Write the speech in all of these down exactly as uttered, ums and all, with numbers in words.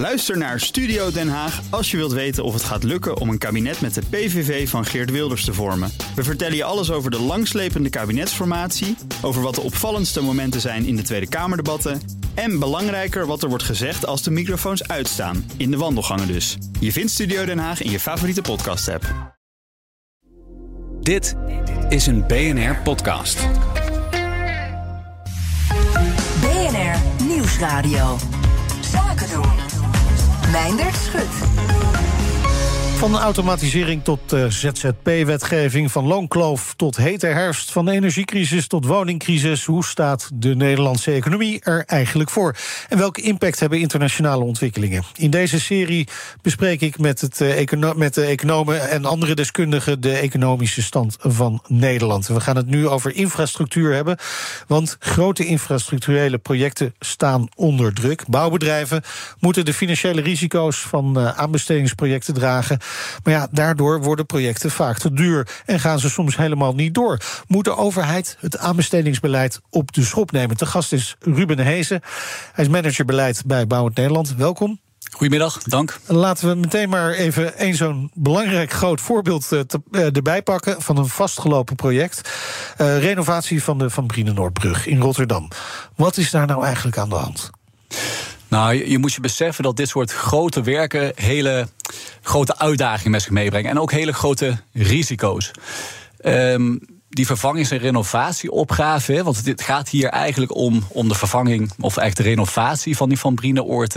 Luister naar Studio Den Haag als je wilt weten of het gaat lukken om een kabinet met de P V V van Geert Wilders te vormen. We vertellen je alles over de langslepende kabinetsformatie, over wat de opvallendste momenten zijn in de Tweede Kamerdebatten en belangrijker wat er wordt gezegd als de microfoons uitstaan, in de wandelgangen dus. Je vindt Studio Den Haag in je favoriete podcast-app. Dit is een B N R-podcast. B N R Nieuwsradio. Zaken doen. Meindert Schut. Van automatisering tot uh, Z Z P-wetgeving, van loonkloof tot hete herfst, van energiecrisis tot woningcrisis. Hoe staat de Nederlandse economie er eigenlijk voor? En welke impact hebben internationale ontwikkelingen? In deze serie bespreek ik met, het, uh, econo- met de economen en andere deskundigen de economische stand van Nederland. We gaan het nu over infrastructuur hebben, want grote infrastructurele projecten staan onder druk. Bouwbedrijven moeten de financiële risico's van uh, aanbestedingsprojecten dragen. Maar ja, daardoor worden projecten vaak te duur en gaan ze soms helemaal niet door. Moet de overheid het aanbestedingsbeleid op de schop nemen? Te gast is Ruben Heesen. Hij is manager beleid bij Bouwend Nederland. Welkom. Goedemiddag, dank. Laten we meteen maar even een zo'n belangrijk groot voorbeeld te, uh, erbij pakken van een vastgelopen project. Uh, renovatie van de Van Brienenoordbrug in Rotterdam. Wat is daar nou eigenlijk aan de hand? Nou, je, je moet je beseffen dat dit soort grote werken hele grote uitdagingen met zich meebrengen. En ook hele grote risico's. Um, die vervangings- en renovatieopgave, want het gaat hier eigenlijk om, om de vervanging, of eigenlijk de renovatie van die Van Brienenoord.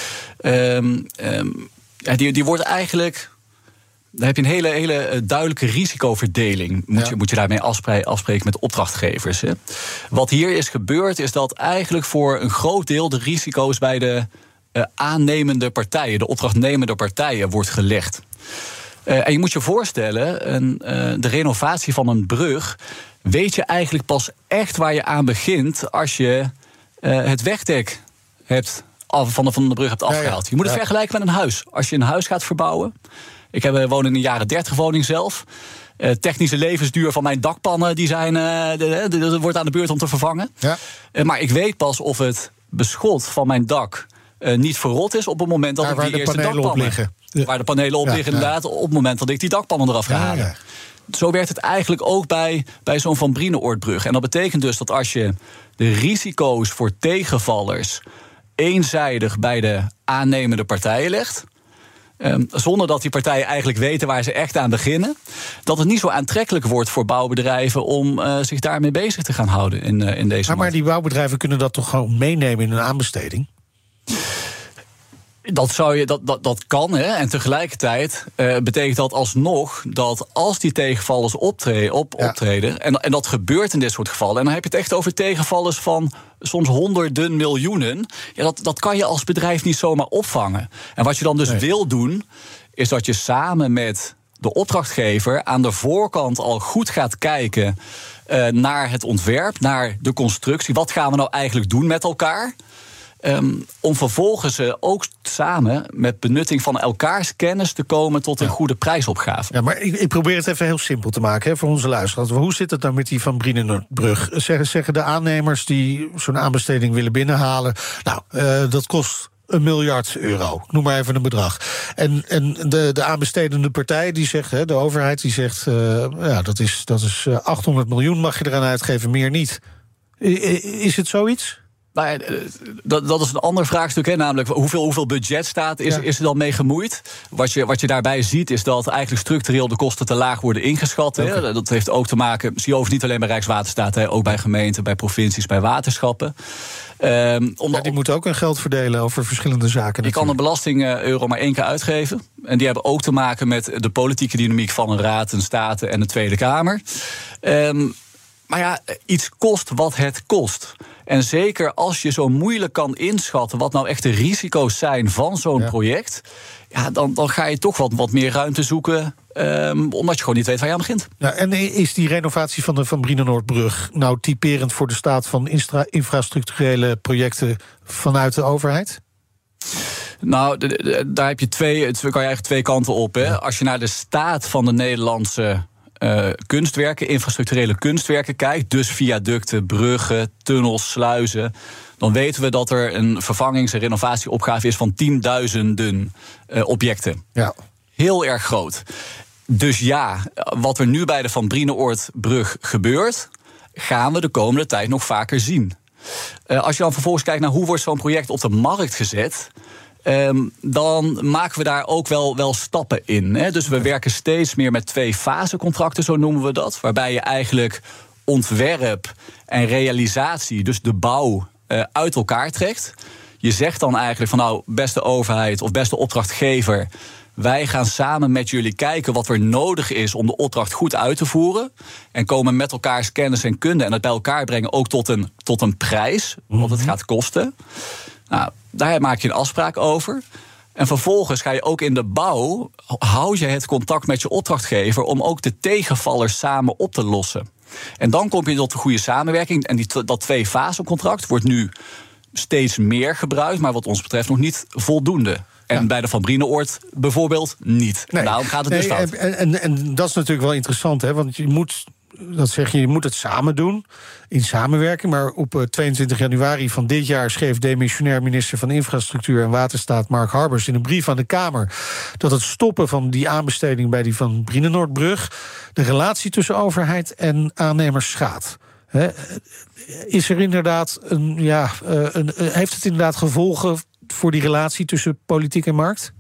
Um, um, ja, die, die wordt eigenlijk. Dan heb je een hele, hele duidelijke risicoverdeling. Moet, ja. je, moet je daarmee afspreken, afspreken met opdrachtgevers. Hè. Wat hier is gebeurd, is dat eigenlijk voor een groot deel de risico's bij de uh, aannemende partijen, de opdrachtnemende partijen, wordt gelegd. Uh, en je moet je voorstellen, een, uh, de renovatie van een brug, weet je eigenlijk pas echt waar je aan begint als je uh, het wegdek hebt af, van, de, van de brug hebt afgehaald. Ja, ja. Je moet het ja. vergelijken met een huis. Als je een huis gaat verbouwen. Ik heb, woon in de jaren dertig woning zelf. Uh, technische levensduur van mijn dakpannen die zijn, uh, de, de, de, de wordt aan de beurt om te vervangen. Ja. Uh, maar ik weet pas of het beschot van mijn dak uh, niet verrot is op het moment dat Daar ik die eerste dakpannen... Op liggen. Ja. Waar de panelen op ja, liggen, ja. inderdaad, op het moment dat ik die dakpannen eraf ga halen. Ja, ja. Zo werkt het eigenlijk ook bij, bij zo'n Van Brienenoordbrug. En dat betekent dus dat als je de risico's voor tegenvallers eenzijdig bij de aannemende partijen legt, Um, zonder dat die partijen eigenlijk weten waar ze echt aan beginnen, dat het niet zo aantrekkelijk wordt voor bouwbedrijven om uh, zich daarmee bezig te gaan houden in, uh, in deze maar, maar die bouwbedrijven kunnen dat toch gewoon meenemen in een aanbesteding? Dat, zou je, dat, dat, dat kan, hè. En tegelijkertijd uh, betekent dat alsnog dat als die tegenvallers optreden, op, ja. optreden en, en dat gebeurt in dit soort gevallen, en dan heb je het echt over tegenvallers van soms honderden miljoenen, ja, dat, dat kan je als bedrijf niet zomaar opvangen. En wat je dan dus nee. wil doen, is dat je samen met de opdrachtgever aan de voorkant al goed gaat kijken uh, naar het ontwerp, naar de constructie. Wat gaan we nou eigenlijk doen met elkaar? Um, om vervolgens uh, ook samen met benutting van elkaars kennis te komen tot een ja. goede prijsopgave. Ja, maar ik, ik probeer het even heel simpel te maken hè, voor onze luisteraars. Hoe zit het nou met die Van Brienenoordbrug? Zeggen, zeggen de aannemers die zo'n aanbesteding willen binnenhalen, nou, uh, dat kost een miljard euro, noem maar even een bedrag. En, en de, de aanbestedende partij, die zegt, hè, de overheid, die zegt, uh, ja, dat is, dat is uh, achthonderd miljoen mag je eraan uitgeven, meer niet. I, is het zoiets? Nou, dat, dat is een ander vraagstuk, hè, namelijk hoeveel, hoeveel budget staat, is, ja. is er dan mee gemoeid? Wat je, wat je daarbij ziet is dat eigenlijk structureel de kosten te laag worden ingeschat. Okay. Hè. Dat heeft ook te maken, zie je over niet alleen bij Rijkswaterstaat, hè, ook bij gemeenten, bij provincies, bij waterschappen. Um, omdat, ja, die moeten ook hun geld verdelen over verschillende zaken. Je natuurlijk. kan een belasting-euro maar één keer uitgeven. En die hebben ook te maken met de politieke dynamiek van een raad, een staten en de Tweede Kamer. Um, maar ja, iets kost wat het kost. En zeker als je zo moeilijk kan inschatten wat nou echt de risico's zijn van zo'n ja. project, ja, dan, dan ga je toch wat, wat meer ruimte zoeken, um, omdat je gewoon niet weet waar je aan begint. Ja, en is die renovatie van de Van Brienenoordbrug nou typerend voor de staat van instra- infrastructurele projecten vanuit de overheid? Nou, de, de, daar heb je twee, kan je eigenlijk twee kanten op. Hè. Ja. Als je naar de staat van de Nederlandse Uh, kunstwerken, infrastructurele kunstwerken kijkt, dus viaducten, bruggen, tunnels, sluizen, dan weten we dat er een vervangings- en renovatieopgave is van tienduizenden uh, objecten. Ja. Heel erg groot. Dus ja, wat er nu bij de Van Brineoordbrug gebeurt, gaan we de komende tijd nog vaker zien. Uh, als je dan vervolgens kijkt naar hoe wordt zo'n project op de markt gezet, Um, dan maken we daar ook wel, wel stappen in. Hè. Dus we werken steeds meer met twee-fase-contracten, zo noemen we dat. Waarbij je eigenlijk ontwerp en realisatie, dus de bouw, uh, uit elkaar trekt. Je zegt dan eigenlijk van nou, beste overheid of beste opdrachtgever, wij gaan samen met jullie kijken wat er nodig is om de opdracht goed uit te voeren. En komen met elkaars kennis en kunde en het bij elkaar brengen ook tot een, tot een prijs, wat het gaat kosten. Nou, daar maak je een afspraak over. En vervolgens ga je ook in de bouw, hou je het contact met je opdrachtgever om ook de tegenvallers samen op te lossen. En dan kom je tot de goede samenwerking. En die, dat twee-fase-contract wordt nu steeds meer gebruikt, maar wat ons betreft nog niet voldoende. En ja. bij de Van Brineoord bijvoorbeeld niet. Nee. Daarom gaat het nee, dus fout. En, en, en dat is natuurlijk wel interessant, hè? Want je moet, dat zeg je, je moet het samen doen, in samenwerking. Maar op tweeëntwintig januari van dit jaar schreef demissionair minister van Infrastructuur en Waterstaat Mark Harbers in een brief aan de Kamer dat het stoppen van die aanbesteding bij die Van Brineoordbrug de relatie tussen overheid en aannemers schaadt. He, is er inderdaad een, ja, een, heeft het inderdaad gevolgen voor die relatie tussen politiek en markt?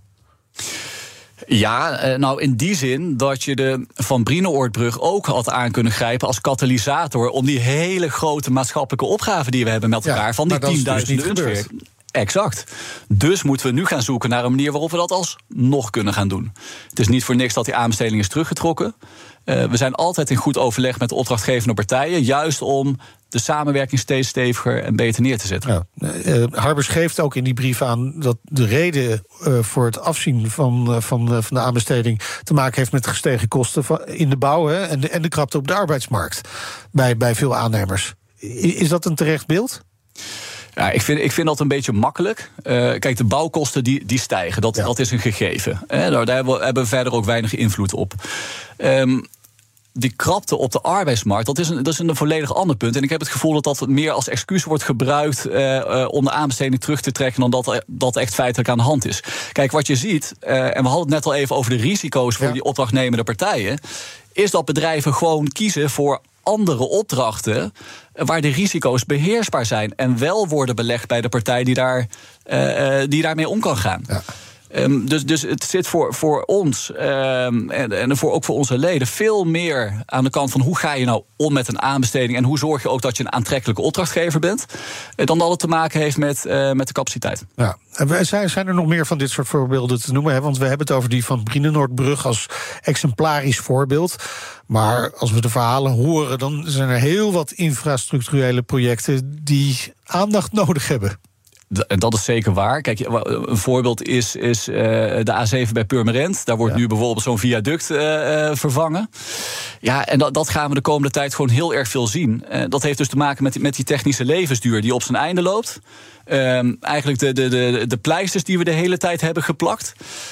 Ja, nou in die zin dat je de Van Brineoordbrug ook had aan kunnen grijpen als katalysator om die hele grote maatschappelijke opgave die we hebben met elkaar, ja, van die tienduizenden dus exact. Dus moeten we nu gaan zoeken naar een manier waarop we dat alsnog kunnen gaan doen. Het is niet voor niks dat die aanbesteding is teruggetrokken. Uh, we zijn altijd in goed overleg met de opdrachtgevende partijen, juist om de samenwerking steeds steviger en beter neer te zetten. Ja, uh, Harbers geeft ook in die brief aan dat de reden uh, voor het afzien van, uh, van, uh, van de aanbesteding te maken heeft met gestegen kosten van, in de bouw, hè, en, de, en de krapte op de arbeidsmarkt bij, bij veel aannemers. Is dat een terecht beeld? Ja, ik vind, ik vind dat een beetje makkelijk. Uh, kijk, de bouwkosten die, die stijgen, dat, ja. dat is een gegeven. Eh, daar, daar hebben, we, hebben we verder ook weinig invloed op. Um, Die krapte op de arbeidsmarkt, dat is, een, dat is een volledig ander punt. En ik heb het gevoel dat dat meer als excuus wordt gebruikt uh, uh, om de aanbesteding terug te trekken dan dat dat echt feitelijk aan de hand is. Kijk, wat je ziet, uh, en we hadden het net al even over de risico's voor ja. die opdrachtnemende partijen, is dat bedrijven gewoon kiezen voor andere opdrachten waar de risico's beheersbaar zijn en wel worden belegd bij de partij die, daar, uh, die daarmee om kan gaan. Ja. Um, dus, dus het zit voor, voor ons um, en, en voor, ook voor onze leden veel meer aan de kant van hoe ga je nou om met een aanbesteding en hoe zorg je ook dat je een aantrekkelijke opdrachtgever bent, dan dat het te maken heeft met, uh, met de capaciteit. Ja. Zijn, zijn er nog meer van dit soort voorbeelden te noemen? Hè? Want we hebben het over die Van Brineoordbrug als exemplarisch voorbeeld. Maar als we de verhalen horen, dan zijn er heel wat infrastructurele projecten die aandacht nodig hebben. En dat is zeker waar. Kijk, een voorbeeld is, is uh, de A zeven bij Purmerend. Daar wordt ja. nu bijvoorbeeld zo'n viaduct uh, uh, vervangen. Ja, en dat, dat gaan we de komende tijd gewoon heel erg veel zien. Uh, dat heeft dus te maken met die, met die technische levensduur die op zijn einde loopt. Um, eigenlijk de, de, de, de pleisters die we de hele tijd hebben geplakt.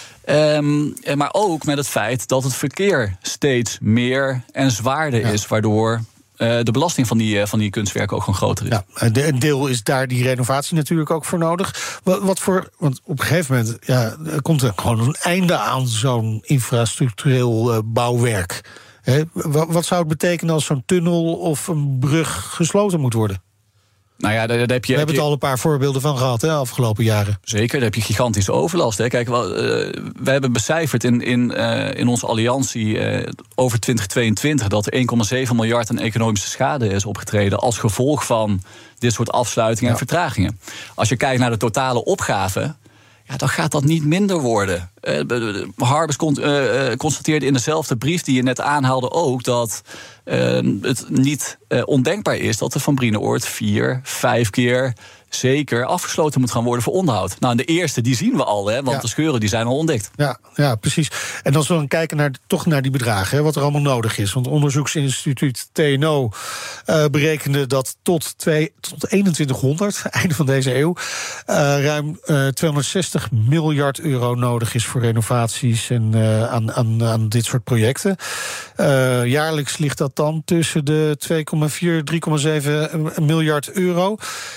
Um, maar ook met het feit dat het verkeer steeds meer en zwaarder ja. is, waardoor Uh, de belasting van die, uh, van die kunstwerken ook gewoon groter is. Ja, een deel is daar die renovatie natuurlijk ook voor nodig. Wat, wat voor, want op een gegeven moment ja, komt er gewoon een einde aan zo'n infrastructureel uh, bouwwerk. He, wat, wat zou het betekenen als zo'n tunnel of een brug gesloten moet worden? Nou ja, daar, daar heb je, we hebben het al een paar voorbeelden van gehad, hè, afgelopen jaren. Zeker, daar heb je gigantische overlast. Hè. Kijk, we, uh, we hebben becijferd in, in, uh, in onze alliantie uh, over twintig tweeëntwintig... dat er één komma zeven miljard aan economische schade is opgetreden als gevolg van dit soort afsluitingen ja. en vertragingen. Als je kijkt naar de totale opgave, ja, dan gaat dat niet minder worden. Uh, Harbers con- uh, constateerde in dezelfde brief die je net aanhaalde ook dat uh, het niet uh, ondenkbaar is dat de Van Brineoord vier, vijf keer zeker afgesloten moet gaan worden voor onderhoud. Nou, de eerste, die zien we al, hè, want ja. de scheuren die zijn al ontdekt. Ja, ja, precies. En als we dan kijken naar, toch naar die bedragen, hè, wat er allemaal nodig is. Want onderzoeksinstituut T N O uh, berekende dat tot, twee, tot eenentwintighonderd, einde van deze eeuw, uh, ruim uh, tweehonderdzestig miljard euro nodig is voor renovaties en uh, aan, aan, aan dit soort projecten. Uh, jaarlijks ligt dat dan tussen de twee komma vier, drie komma zeven miljard euro.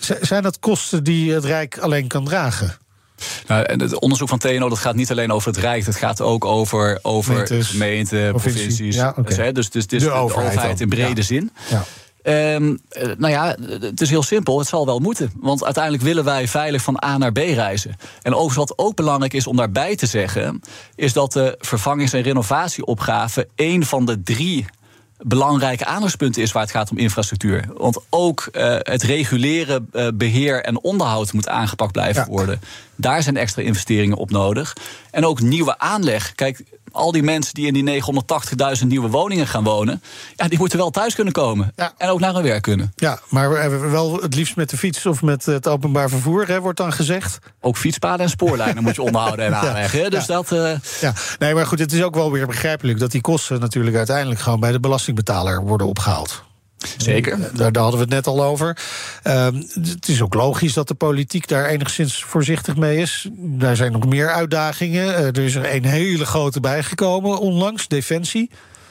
Z- zijn dat kosten die het Rijk alleen kan dragen? Nou, en het onderzoek van T N O dat gaat niet alleen over het Rijk, het gaat ook over, over Gemeentes, gemeenten, provincie. provincies. Ja, okay. Dus, dus, dus de, de overheid, overheid in brede ja. zin. Ja. Um, nou ja, het is heel simpel. Het zal wel moeten. Want uiteindelijk willen wij veilig van A naar B reizen. En overigens wat ook belangrijk is om daarbij te zeggen, is dat de vervangings- en renovatieopgave één van de drie belangrijke aandachtspunten is waar het gaat om infrastructuur. Want ook uh, het reguleren, uh, beheer en onderhoud moet aangepakt blijven ja. worden. Daar zijn extra investeringen op nodig. En ook nieuwe aanleg. Kijk, al die mensen die in die negenhonderdtachtigduizend nieuwe woningen gaan wonen, ja, die moeten wel thuis kunnen komen. Ja. En ook naar hun werk kunnen. Ja, maar wel het liefst met de fiets of met het openbaar vervoer, hè, wordt dan gezegd. Ook fietspaden en spoorlijnen moet je onderhouden en aanleggen. Ja. Dus ja. dat. Uh... Ja, nee, maar goed, het is ook wel weer begrijpelijk dat die kosten natuurlijk uiteindelijk gewoon bij de belastingbetaler worden opgehaald. Zeker. Daar, daar hadden we het net al over. Uh, het is ook logisch dat de politiek daar enigszins voorzichtig mee is. Daar zijn nog meer uitdagingen. Uh, er is er een hele grote bijgekomen onlangs, Defensie.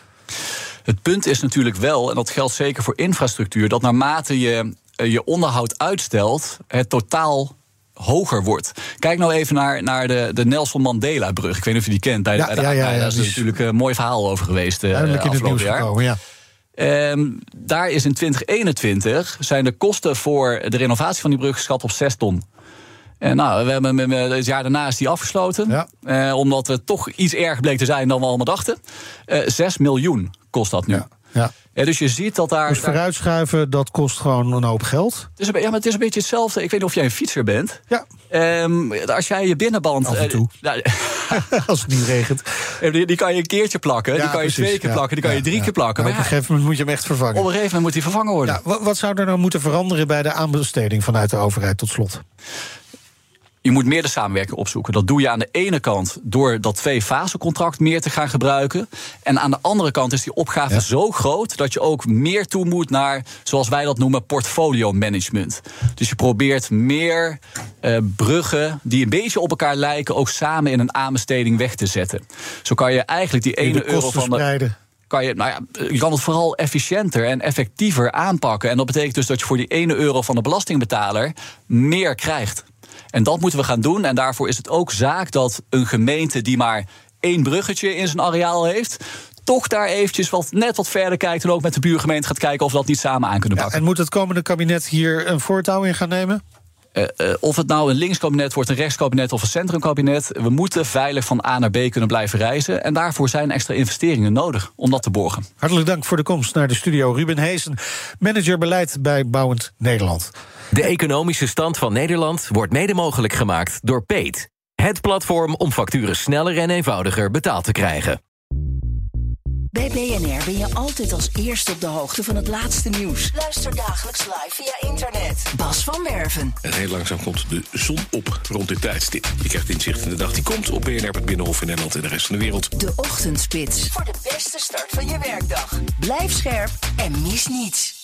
Het punt is natuurlijk wel, en dat geldt zeker voor infrastructuur, dat naarmate je je onderhoud uitstelt, het totaal hoger wordt. Kijk nou even naar, naar de, de Nelson Mandela-brug. Ik weet niet of je die kent. Bij, ja, bij de, ja, ja, ja, daar is dus natuurlijk een mooi verhaal over geweest. Uh, Duidelijk in het nieuws gekomen, ja. Um, daar is in twintig eenentwintig zijn de kosten voor de renovatie van die brug geschat op zes ton. En nou, we hebben, het jaar daarna is die afgesloten. Ja. Uh, omdat het toch iets erger bleek te zijn dan we allemaal dachten. Uh, zes miljoen kost dat nu. Ja. Ja. Ja, dus je ziet dat daar. Dus vooruitschuiven, dat kost gewoon een hoop geld. Het is een, ja, maar het is een beetje hetzelfde. Ik weet niet of jij een fietser bent. Ja. Um, als jij je binnenband. Af en toe. Uh, nou, als het niet regent. Die, die kan je een keertje plakken, ja, die kan je precies, twee keer ja, plakken, die kan ja, je drie ja. keer plakken. Maar op een gegeven moment moet je hem echt vervangen. Op een gegeven moment moet hij vervangen worden. Ja, wat, wat zou er nou moeten veranderen bij de aanbesteding vanuit de overheid tot slot? Je moet meer de samenwerking opzoeken. Dat doe je aan de ene kant door dat twee-fase-contract meer te gaan gebruiken. En aan de andere kant is die opgave ja. zo groot dat je ook meer toe moet naar, zoals wij dat noemen, portfolio management. Dus je probeert meer uh, bruggen die een beetje op elkaar lijken ook samen in een aanbesteding weg te zetten. Zo kan je eigenlijk die ene euro van de. Kan je, nou ja, je kan het vooral efficiënter en effectiever aanpakken. En dat betekent dus dat je voor die ene euro van de belastingbetaler meer krijgt. En dat moeten we gaan doen. En daarvoor is het ook zaak dat een gemeente die maar één bruggetje in zijn areaal heeft, toch daar eventjes wat, net wat verder kijkt en ook met de buurgemeente gaat kijken of we dat niet samen aan kunnen pakken. Ja, en moet het komende kabinet hier een voortouw in gaan nemen? Uh, uh, of het nou een linkskabinet wordt, een rechtskabinet of een centrumkabinet, we moeten veilig van A naar B kunnen blijven reizen. En daarvoor zijn extra investeringen nodig om dat te borgen. Hartelijk dank voor de komst naar de studio. Ruben Heesen, manager beleid bij Bouwend Nederland. De economische stand van Nederland wordt mede mogelijk gemaakt door Peet. Het platform om facturen sneller en eenvoudiger betaald te krijgen. Bij B N R ben je altijd als eerste op de hoogte van het laatste nieuws. Luister dagelijks live via internet. Bas van Werven. En heel langzaam komt de zon op rond dit tijdstip. Je krijgt inzicht in de dag die komt op B N R, het Binnenhof in Nederland en de rest van de wereld. De Ochtendspits. Voor de beste start van je werkdag. Blijf scherp en mis niets.